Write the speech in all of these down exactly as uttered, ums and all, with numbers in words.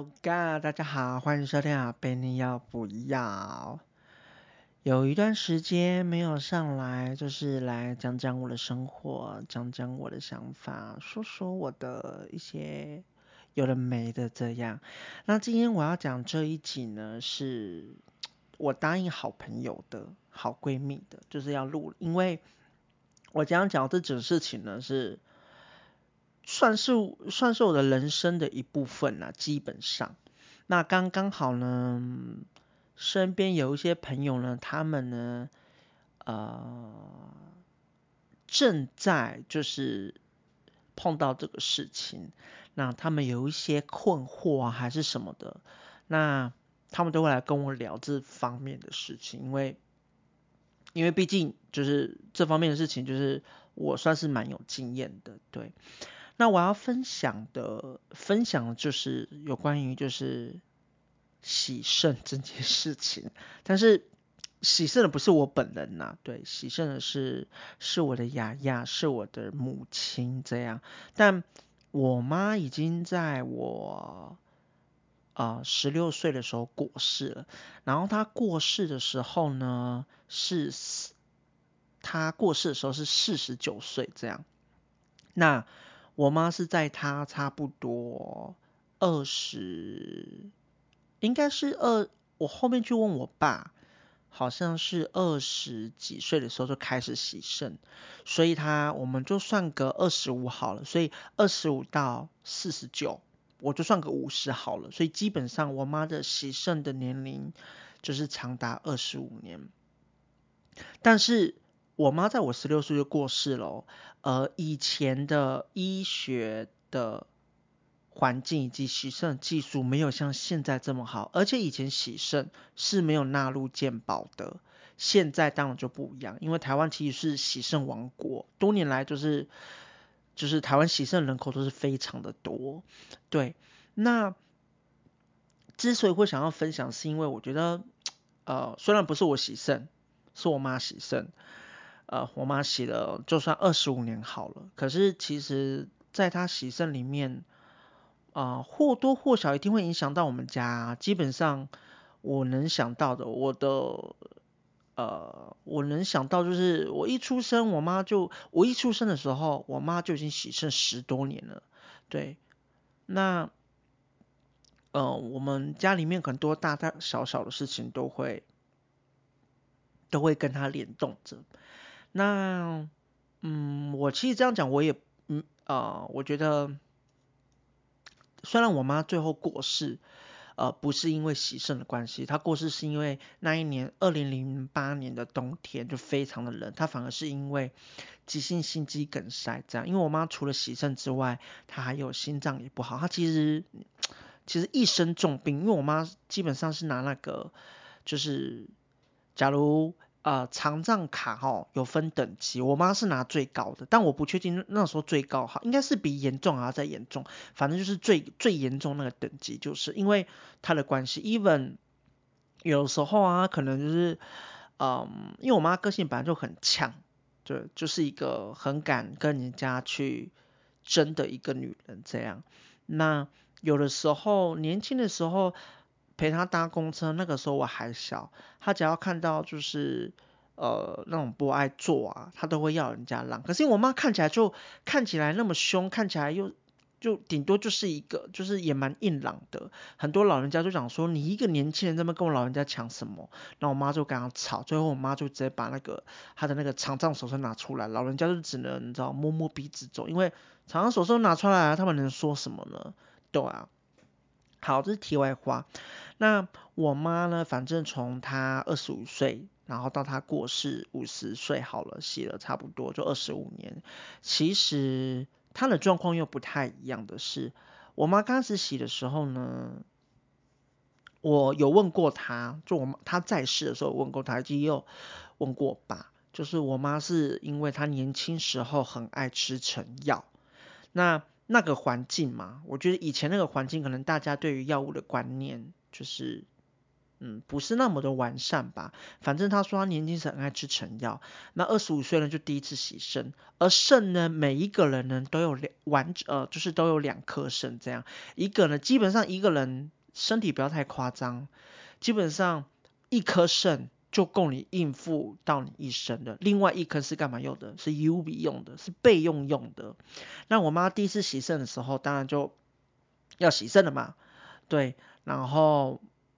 Oh God，大家好，欢迎收听啊，贝尼要不要？有一段时间没有上来，就是来讲讲我的生活，讲讲我的想法，说说我的一些有的没的这样。那今天我要讲这一集呢，是我答应好朋友的好闺蜜的，就是要录，因为我将要讲这种事情呢是。算是算是我的人生的一部分啦，基本上。那刚刚好呢，身边有一些朋友呢，他们呢，呃，正在就是碰到这个事情，那他们有一些困惑啊，还是什么的，那他们都会来跟我聊这方面的事情，因为因为毕竟就是这方面的事情，就是我算是蛮有经验的，对。那我要分享的分享的就是有关于就是洗肾这件事情，但是洗肾的不是我本人呐、对，洗肾的是是我的雅雅，是我的母亲这样，但我妈已经在我呃十六岁的时候过世了，然后她过世的时候呢是她过世的时候是四十九岁这样。那我妈是在她差不多二十，应该是二，我后面去问我爸，好像是二十几岁的时候就开始洗肾，所以他我们就算个二十五好了，所以二十五到四十九，我就算个五十好了，所以基本上我妈的洗肾的年龄就是长达二十五年。但是我妈在我十六岁就过世了哦，呃，以前的医学的环境以及洗肾技术没有像现在这么好，而且以前洗肾是没有纳入健保的，现在当然就不一样，因为台湾其实是洗肾王国，多年来就是就是台湾洗肾人口都是非常的多，对，那之所以会想要分享，是因为我觉得，呃，虽然不是我洗肾，是我妈洗肾，呃，我妈洗了就算二十五年好了，可是其实在她洗肾里面，啊、呃或多或少一定会影响到我们家。基本上我能想到的，我的呃，我能想到就是我一出生，我妈就我一出生的时候，我妈就已经洗肾十多年了。对，那呃，我们家里面很多大大小小的事情都会都会跟她联动着。那嗯，我其实这样讲，我也嗯呃，我觉得虽然我妈最后过世，呃，不是因为洗肾的关系，她过世是因为那一年二零零八年的冬天就非常的冷，她反而是因为急性心肌梗塞这样。因为我妈除了洗肾之外，她还有心脏也不好，她其实其实一身重病，因为我妈基本上是拿那个就是假如呃肠脏卡哈有分等级，我妈是拿最高的，但我不确定那时候最高哈，应该是比严重还要再严重，反正就是最最严重那个等级，就是因为她的关系，even 有时候啊，可能就是嗯，因为我妈个性本来就很呛，对，就是一个很敢跟人家去争的一个女人这样。那有的时候年轻的时候陪她搭公车，那个时候我还小，她只要看到就是呃那种不爱坐啊，她都会要人家让。可是因为我妈看起来就看起来那么凶，看起来又就顶多就是一个，就是也蛮硬朗的。很多老人家就讲说，你一个年轻人在那边跟我老人家抢什么？然后我妈就跟他吵，最后我妈就直接把那个她的那个长杖手册拿出来，老人家就只能你知道摸摸鼻子走，因为长杖手册拿出来了，他们能说什么呢？对啊。好，这是题外话。那我妈呢？反正从她二十五岁，然后到她过世五十岁好了，洗了差不多就二十五年。其实她的状况又不太一样的是，我妈刚开始洗的时候呢，我有问过她，就我妈她在世的时候有问过她，也有问过我爸。就是我妈是因为她年轻时候很爱吃成药，那那个环境嘛，我觉得以前那个环境可能大家对于药物的观念就是嗯，不是那么的完善吧。反正他说他年轻时很爱吃成药，那二十五岁呢就第一次洗肾，而肾呢每一个人呢都有两完呃就是都有两颗肾这样，一个呢基本上一个人身体不要太夸张，基本上一颗肾就够你应付到你一生的，另外一颗是干嘛用的？是 U V 用的，是备用用的。那我妈第一次洗肾的时候，当然就要洗肾了嘛，对，然后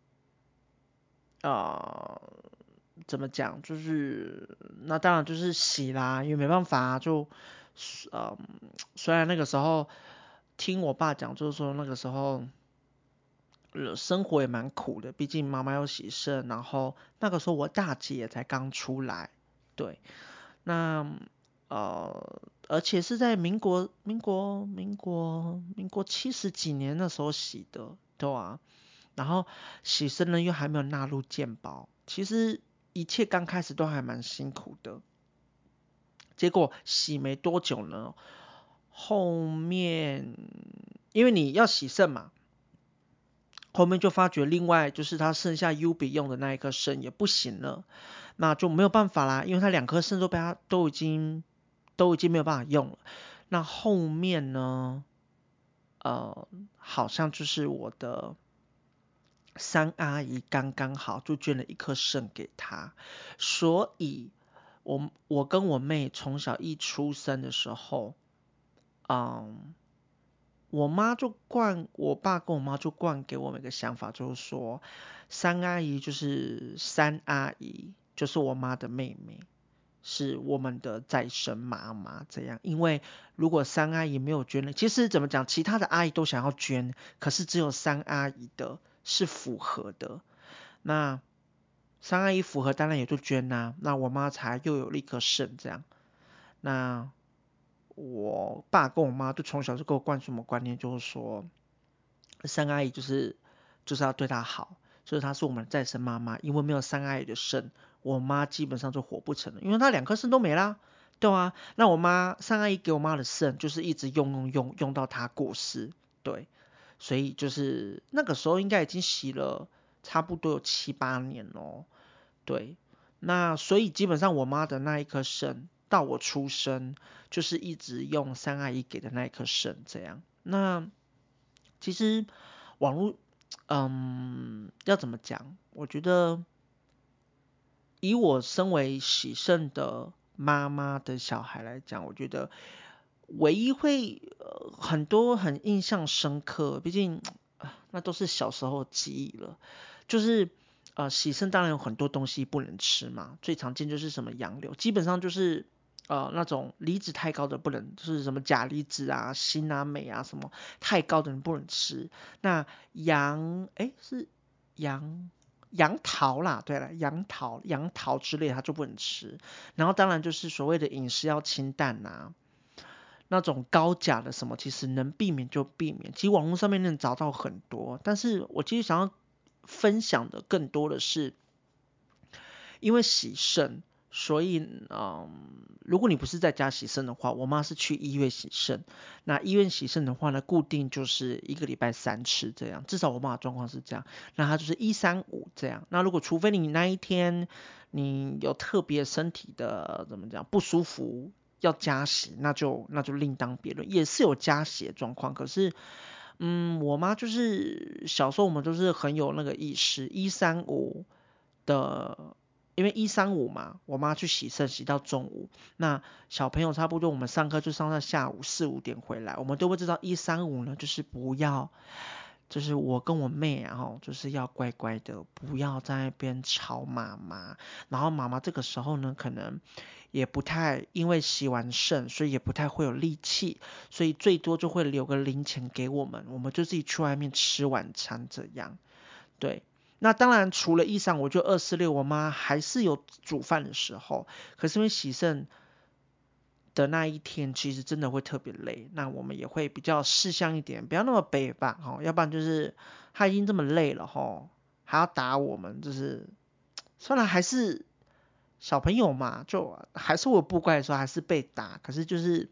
呃，怎么讲？就是那当然就是洗啦，因为没办法啊，就呃，虽然那个时候听我爸讲，就是说那个时候呃生活也蛮苦的，毕竟妈妈要洗肾，然后那个时候我大姐也才刚出来，对，那呃，而且是在民国民国民国民国七十几年那时候洗的，对啊。然后洗肾呢又还没有纳入健保，其实一切刚开始都还蛮辛苦的。结果洗没多久呢，后面因为你要洗肾嘛，后面就发觉另外就是他剩下 U 比用的那一颗肾也不行了，那就没有办法啦，因为他两颗肾都被他都已经都已经没有办法用了。那后面呢，呃，好像就是我的三阿姨刚刚好就捐了一颗肾给他，所以我我跟我妹从小一出生的时候，嗯，我妈就灌，我爸跟我妈就灌给我们一个想法，就是说三阿姨就是三阿姨，就是我妈的妹妹，是我们的再生妈妈这样。因为如果三阿姨没有捐了，其实怎么讲，其他的阿姨都想要捐，可是只有三阿姨的是符合的。那三阿姨符合，当然也就捐呐、那我妈才又有了一颗肾这样。那我爸跟我妈就从小就给我灌输什么观念，就是说三阿姨就是就是要对她好，所以她是我们的再生妈妈。因为没有三阿姨的肾，我妈基本上就活不成了，因为她两颗肾都没啦，对啊。那我妈三阿姨给我妈的肾，就是一直用用用用到她过世，对。所以就是那个时候应该已经洗了差不多有七八年咯，对。那所以基本上我妈的那一颗肾到我出生，就是一直用三阿姨给的那一颗肾这样。那其实网络，嗯，要怎么讲？我觉得以我身为喜肾的妈妈的小孩来讲，我觉得唯一会呃很多很印象深刻，毕竟那都是小时候的记忆了。就是呃喜肾当然有很多东西不能吃嘛，最常见就是什么杨柳，基本上就是呃那种离子太高的不能，就是什么钾离子啊、锌啊、镁啊什么太高的人不能吃。那杨诶是杨杨桃啦，对了，杨桃、杨桃之类它就不能吃。然后当然就是所谓的饮食要清淡呐、那种高钾的什么，其实能避免就避免。其实网络上面能找到很多，但是我其实想要分享的更多的是，因为洗肾，所以嗯，如果你不是在家洗肾的话，我妈是去医院洗肾。那医院洗肾的话呢，固定就是一个礼拜三次这样，至少我妈的状况是这样。那她就是一三五这样。那如果除非你那一天你有特别身体的怎么讲不舒服，要加洗，那就那就另当别论，也是有加洗的状况。可是，嗯，我妈就是小时候我们都是很有那个意识，一三五的，因为一三五嘛，我妈去洗肾洗到中午，那小朋友差不多我们上课就上到下午四五点回来，我们都会知道一三五呢就是不要。就是我跟我妹啊，吼，就是要乖乖的，不要在那边吵妈妈。然后妈妈这个时候呢，可能也不太，因为洗完肾，所以也不太会有力气，所以最多就会留个零钱给我们，我们就自己去外面吃晚餐这样。对，那当然除了以上，我就二四六，我妈还是有煮饭的时候，可是因为洗肾的那一天，其实真的会特别累。那我们也会比较识相一点，不要那么北吧，哈，要不然就是他已经这么累了，哈，还要打我们，就是虽然还是小朋友嘛，就还是我不乖的时候还是被打，可是就是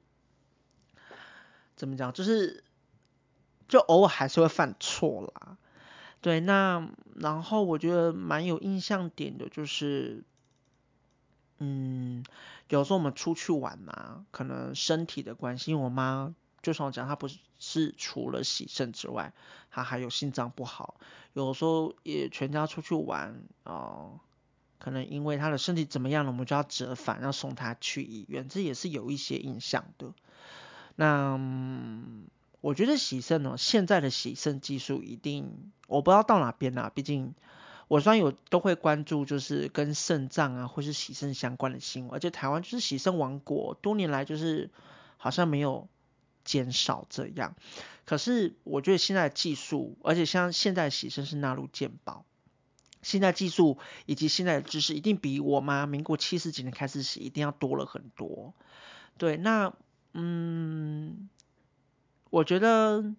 怎么讲，就是就偶尔还是会犯错啦。 对，那然后我觉得蛮有印象点的就是，嗯，有时候我们出去玩嘛，可能身体的关系，因为我妈就像我讲，她不是是除了洗肾之外，她还有心脏不好，有时候也全家出去玩哦、呃可能因为她的身体怎么样了，我们就要折返，要送她去医院，这也是有一些影响的。那、嗯我觉得洗肾呢，现在的洗肾技术一定，我不知道到哪边啦，毕竟我虽然有都会关注，就是跟肾脏啊或是洗肾相关的新闻，而且台湾就是洗肾王国，多年来就是好像没有减少这样。可是我觉得现在的技术，而且像现在的洗肾是纳入健保，现在技术以及现在的知识，一定比我妈民国七十几年开始洗一定要多了很多。对，那嗯，我觉得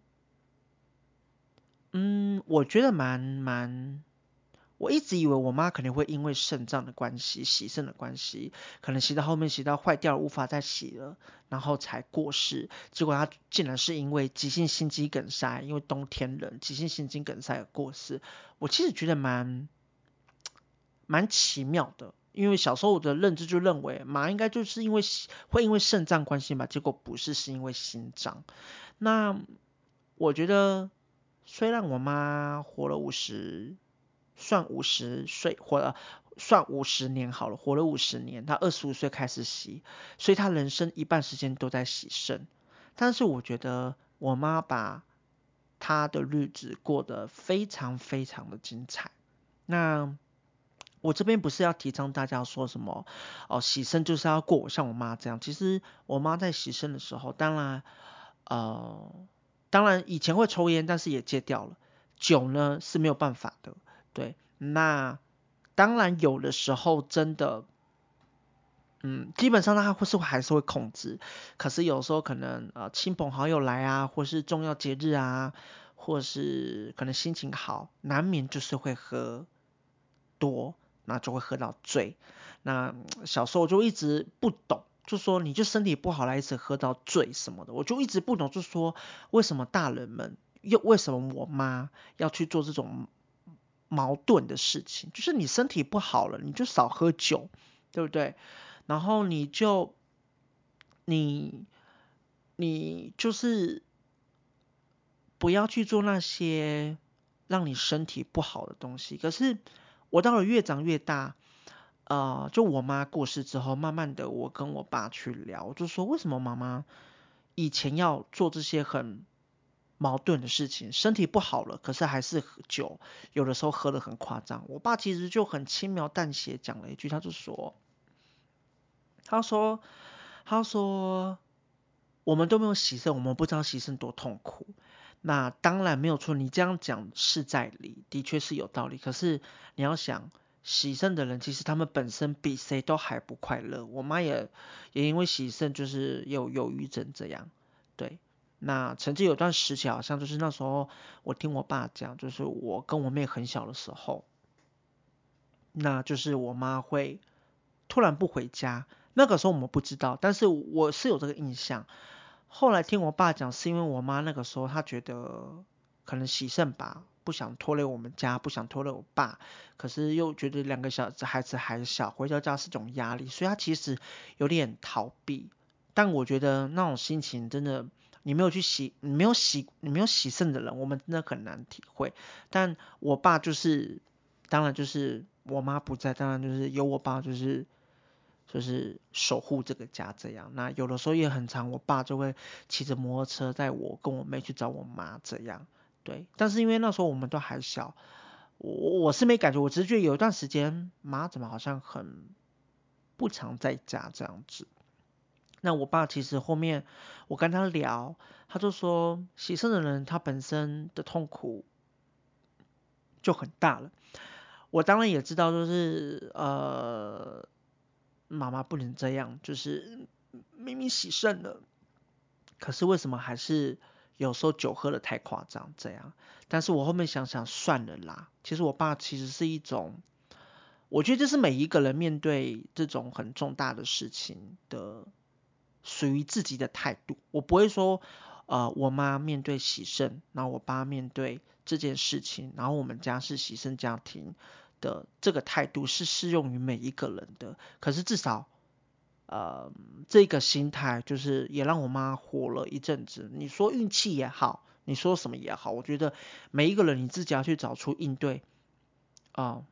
嗯，我觉得蛮蛮我一直以为我妈可能会因为肾脏的关系、洗肾的关系，可能洗到后面洗到坏掉了，无法再洗了，然后才过世。结果她竟然是因为急性心肌梗塞，因为冬天冷，急性心肌梗塞而过世。我其实觉得蛮蛮奇妙的，因为小时候我的认知就认为妈应该就是因为会因为肾脏关系吧，结果不是，是因为心脏。那我觉得虽然我妈活了五十，算五十岁，活了算五十年好了，活了五十年，她二十五岁开始洗，所以她人生一半时间都在洗肾。但是我觉得我妈把她的日子过得非常非常的精彩。那我这边不是要提倡大家说什么哦，洗肾就是要过我像我妈这样。其实我妈在洗肾的时候，当然，呃，当然以前会抽烟，但是也戒掉了。酒呢是没有办法的，对。那当然有的时候真的，嗯，基本上他会是还是会控制，可是有时候可能呃亲朋好友来啊，或是重要节日啊，或是可能心情好，难免就是会喝多，那就会喝到醉。那嗯小时候就一直不懂，就说你就身体不好来一直喝到醉什么的，我就一直不懂，就说为什么大人们又为什么我妈要去做这种矛盾的事情？就是你身体不好了，你就少喝酒，对不对？然后你就你你就是不要去做那些让你身体不好的东西。可是我到了越长越大，呃，就我妈过世之后，慢慢的我跟我爸去聊，我就说为什么妈妈以前要做这些很矛盾的事情，身体不好了，可是还是喝酒，有的时候喝得很夸张。我爸其实就很轻描淡写讲了一句，他就说，他说，他说我们都没有洗肾，我们不知道洗肾多痛苦。那当然没有错，你这样讲是在理，的确是有道理。可是你要想，洗肾的人其实他们本身比谁都还不快乐。我妈也也因为洗肾就是有忧郁症这样，对。那曾经有段时期好像就是那时候我听我爸讲，就是我跟我妹很小的时候，那就是我妈会突然不回家。那个时候我们不知道，但是我是有这个印象。后来听我爸讲，是因为我妈那个时候她觉得可能喜肾吧，不想拖累我们家，不想拖累我爸，可是又觉得两个小孩子还小，回到家是种压力，所以她其实有点逃避。但我觉得那种心情真的，你没有去洗，你没有洗，你没有洗肾的人，我们真的很难体会。但我爸就是，当然就是我妈不在，当然就是有我爸，就是就是守护这个家这样。那有的时候也很长，我爸就会骑着摩托车带我跟我妹去找我妈这样。对，但是因为那时候我们都还小，我我是没感觉，我只是觉得有一段时间妈怎么好像很不常在家这样子。那我爸其实后面我跟他聊，他就说洗肾的人他本身的痛苦就很大了。我当然也知道，就是呃，妈妈不能这样，就是明明洗肾了，可是为什么还是有时候酒喝的太夸张这样？但是我后面想想算了啦，其实我爸其实是一种，我觉得这是每一个人面对这种很重大的事情的属于自己的态度。我不会说，呃，我妈面对洗肾，然后我爸面对这件事情，然后我们家是牺牲家庭的这个态度是适用于每一个人的。可是至少呃这个心态就是也让我妈活了一阵子。你说运气也好，你说什么也好，我觉得每一个人你自己要去找出应对啊、呃、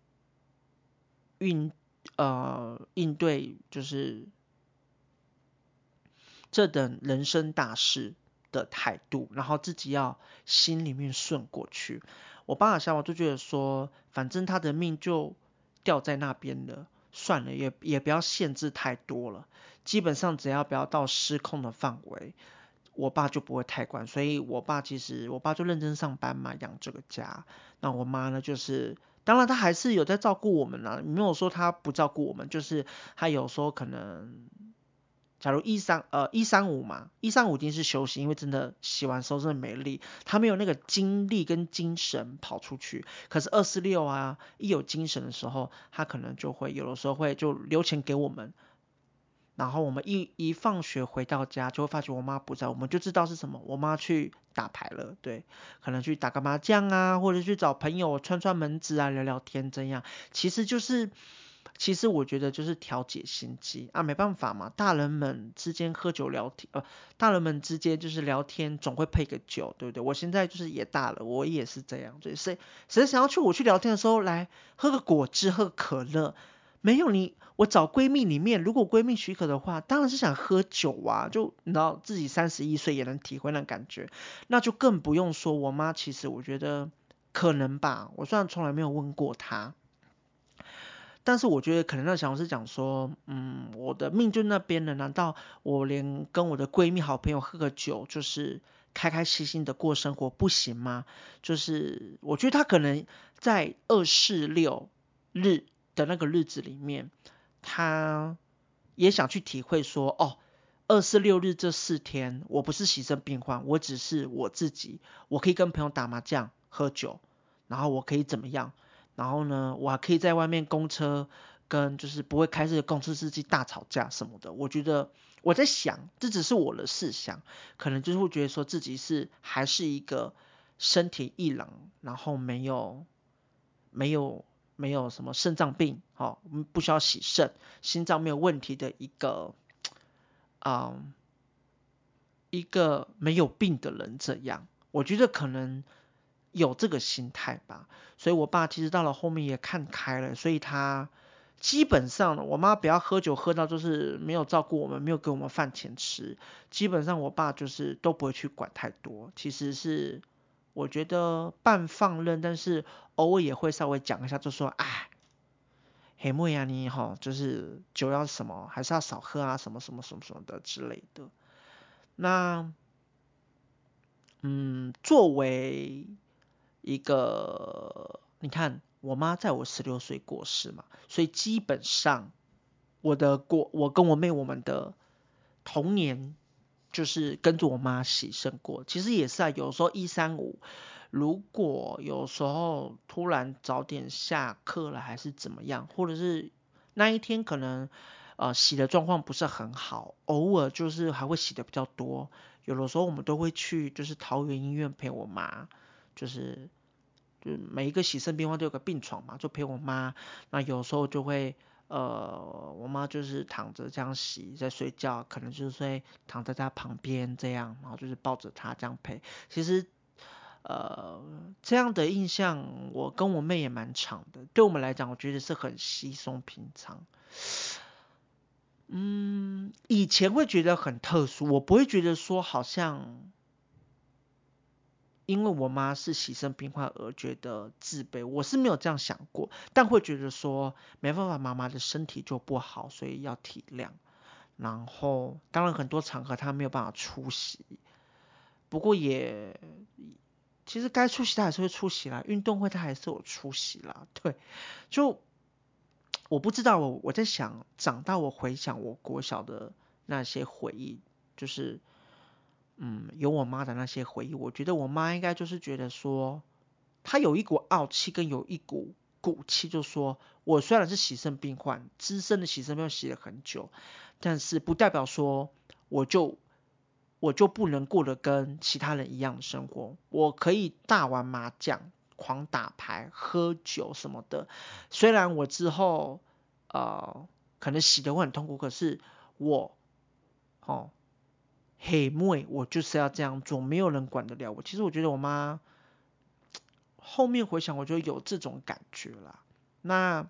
应呃应对就是这等人生大事的态度，然后自己要心里面顺过去。我爸的想法就觉得说，反正他的命就掉在那边了，算了，也也不要限制太多了。基本上只要不要到失控的范围，我爸就不会太管。所以我爸其实，我爸就认真上班嘛，养这个家。那我妈呢，就是当然他还是有在照顾我们啦，没有说他不照顾我们，就是他有时候可能。假如一三呃一三五嘛，一三五一定是休息，因为真的洗完手真的没力，他没有那个精力跟精神跑出去。可是二四六啊，一有精神的时候，他可能就会有的时候会就留钱给我们，然后我们一一放学回到家，就会发觉我妈不在，我们就知道是什么，我妈去打牌了，对，可能去打个麻将啊，或者去找朋友串串门子啊，聊聊天这样，其实就是，其实我觉得就是调节心机啊，没办法嘛，大人们之间喝酒聊天，呃，大人们之间就是聊天，总会配个酒，对不对？我现在就是也大了，我也是这样，所以谁谁想要去我去聊天的时候，来喝个果汁，喝个可乐。没有你，我找闺蜜里面，如果闺蜜许可的话，当然是想喝酒啊，就你知道自己三十一岁也能体会那感觉，那就更不用说我妈。其实我觉得可能吧，我虽然从来没有问过她，但是我觉得可能那想法是讲说，嗯，我的命就那边了，难道我连跟我的闺蜜好朋友喝个酒，就是开开心心的过生活不行吗？就是我觉得她可能在二四六日的那个日子里面。他也想去体会说，哦，二四六日这四天，我不是牺牲病患，我只是我自己，我可以跟朋友打麻将、喝酒，然后我可以怎么样？然后呢，我还可以在外面公车跟就是不会开车的公车司机大吵架什么的。我觉得我在想，这只是我的思想，可能就是会觉得说自己是还是一个身体硬朗，然后没有没有没有什么肾脏病，哦，不需要洗肾，心脏没有问题的一个，嗯，一个没有病的人这样，我觉得可能有这个心态吧。所以我爸其实到了后面也看开了，所以他基本上我妈不要喝酒喝到就是没有照顾我们，没有给我们饭钱吃，基本上我爸就是都不会去管太多，其实是我觉得半放任，但是偶尔也会稍微讲一下，就说哎。黑妹啊你哈，就是酒要什么，还是要少喝啊，什么什么什么什么的之类的。那嗯，作为一个，你看我妈在我十六岁过世嘛，所以基本上我的过，我跟我妹我们的童年就是跟着我妈牺牲过。其实也是啊，有时候一三五，如果有时候突然早点下课了，还是怎么样，或者是那一天可能呃洗的状况不是很好，偶尔就是还会洗的比较多。有的时候我们都会去，就是桃园医院陪我妈，就是就每一个洗肾病患都有个病床嘛，就陪我妈。那有时候就会呃，我妈就是躺着这样洗，在睡觉，可能就是会躺在她旁边这样，然后就是抱着她这样陪。其实呃，这样的印象我跟我妹也蛮长的，对我们来讲，我觉得是很稀松平常。嗯，以前会觉得很特殊，我不会觉得说好像因为我妈是牺牲病患而觉得自卑，我是没有这样想过，但会觉得说没办法，妈妈的身体就不好，所以要体谅。然后当然很多场合她没有办法出席，不过也其实该出席她还是会出席啦，运动会她还是有出席啦，对，就我不知道，我我在想，长大我回想我国小的那些回忆，就是嗯，有我妈的那些回忆，我觉得我妈应该就是觉得说，她有一股傲气跟有一股骨气，就说我虽然是洗肾病患，资深的洗肾病患洗了很久，但是不代表说我就我就不能过得跟其他人一样的生活。我可以大玩麻将、狂打牌、喝酒什么的。虽然我之后呃可能洗得会很痛苦，可是我哦嘿妹，我就是要这样做，没有人管得了我。其实我觉得我妈后面回想，我就有这种感觉啦。那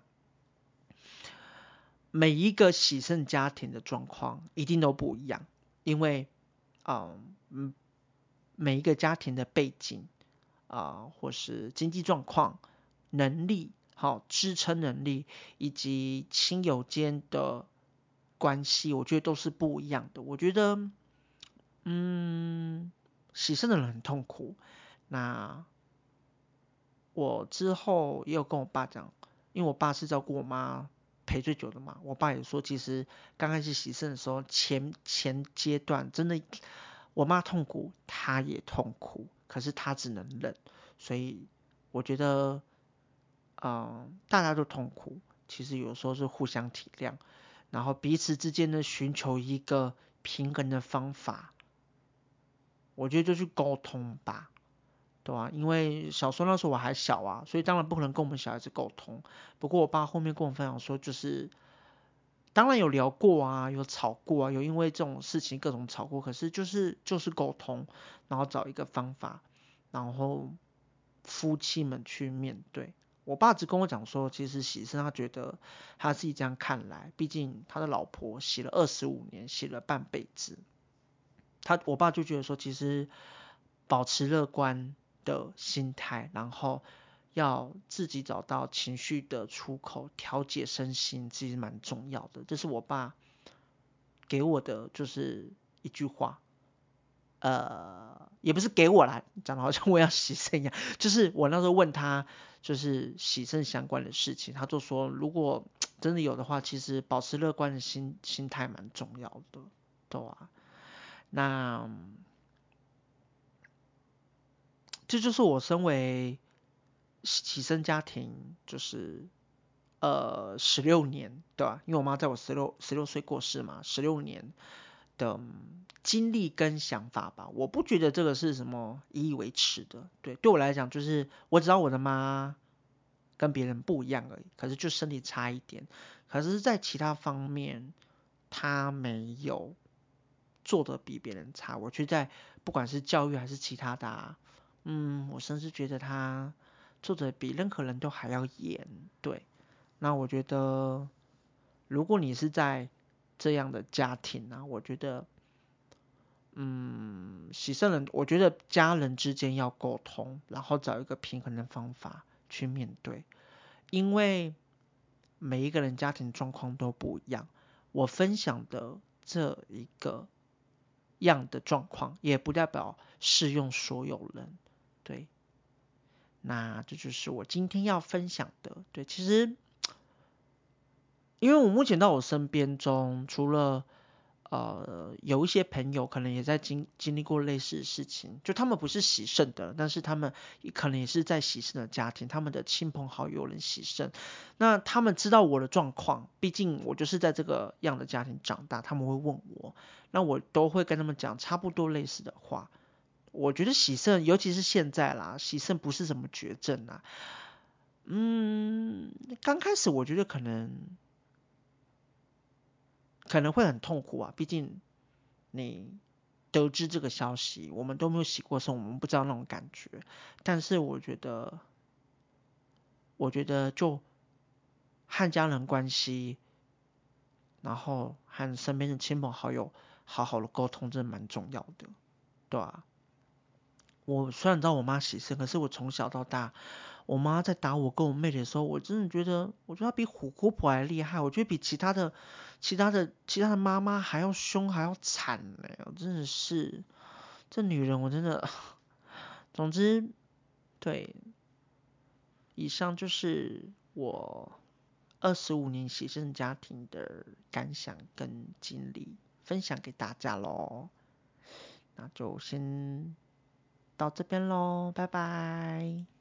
每一个喜盛家庭的状况一定都不一样，因为嗯嗯每一个家庭的背景啊、呃或是经济状况、能力、好支撑能力以及亲友间的关系，我觉得都是不一样的。我觉得嗯喜盛的人很痛苦，那我之后也有跟我爸讲，因为我爸是照顾我妈陪最久的嘛，我爸也说，其实刚开始洗肾的时候，前前阶段真的我妈痛苦，他也痛苦，可是他只能忍，所以我觉得，嗯，大家都痛苦，其实有时候是互相体谅，然后彼此之间的寻求一个平衡的方法，我觉得就去沟通吧。对啊，因为小时候那时候我还小啊，所以当然不可能跟我们小孩子沟通。不过我爸后面跟我分享说，就是当然有聊过啊，有吵过啊，有因为这种事情各种吵过，可是就是就是沟通，然后找一个方法，然后夫妻们去面对。我爸只跟我讲说，其实喜生他觉得他自己这样看来，毕竟他的老婆洗了二十五年，洗了半辈子，他我爸就觉得说，其实保持乐观的心态，然后要自己找到情绪的出口，调节身心，其实蛮重要的。这是我爸给我的就是一句话，呃，也不是给我啦，讲的好像我要洗肾一样。就是我那时候问他，就是洗肾相关的事情，他就说，如果真的有的话，其实保持乐观的心心态蛮重要的，对啊。那这就是我身为起生家庭，就是呃十六年，对吧？因为我妈在我十六十六岁过世嘛，十六年的经历跟想法吧。我不觉得这个是什么引以为耻的，对，对我来讲就是我知道我的妈跟别人不一样而已，可是就身体差一点，可是在其他方面她没有做的比别人差。我觉得在不管是教育还是其他的啊，嗯，我甚至觉得他做的比任何人都还要严。对，那我觉得如果你是在这样的家庭啊，我觉得，嗯，喜圣人，我觉得家人之间要沟通，然后找一个平衡的方法去面对，因为每一个人家庭状况都不一样。我分享的这一个样的状况，也不代表适用所有人。对，那这就是我今天要分享的。对，其实因为我目前到我身边中，除了呃有一些朋友可能也在经经历过类似的事情，就他们不是喜肾的，但是他们可能也是在喜肾的家庭，他们的亲朋好友有人喜肾，那他们知道我的状况，毕竟我就是在这个样的家庭长大，他们会问我，那我都会跟他们讲差不多类似的话。我觉得喜肾，尤其是现在啦，喜肾不是什么绝症啊。嗯，刚开始我觉得可能可能会很痛苦啊，毕竟你得知这个消息，我们都没有洗过肾，我们不知道那种感觉。但是我觉得，我觉得就和家人关系，然后和身边的亲朋好友好好的沟通，真的蛮重要的，对啊。我虽然知道我妈喜肾，可是我从小到大，我妈在打我跟我妹的时候，我真的觉得，我觉得她比虎姑婆还厉害，我觉得比其他的、其他的、其他的妈妈还要凶，还要惨呢、我真的是，这女人我真的，总之，对，以上就是我二十五年喜肾家庭的感想跟经历，分享给大家喽。那就先到这边喽，拜拜。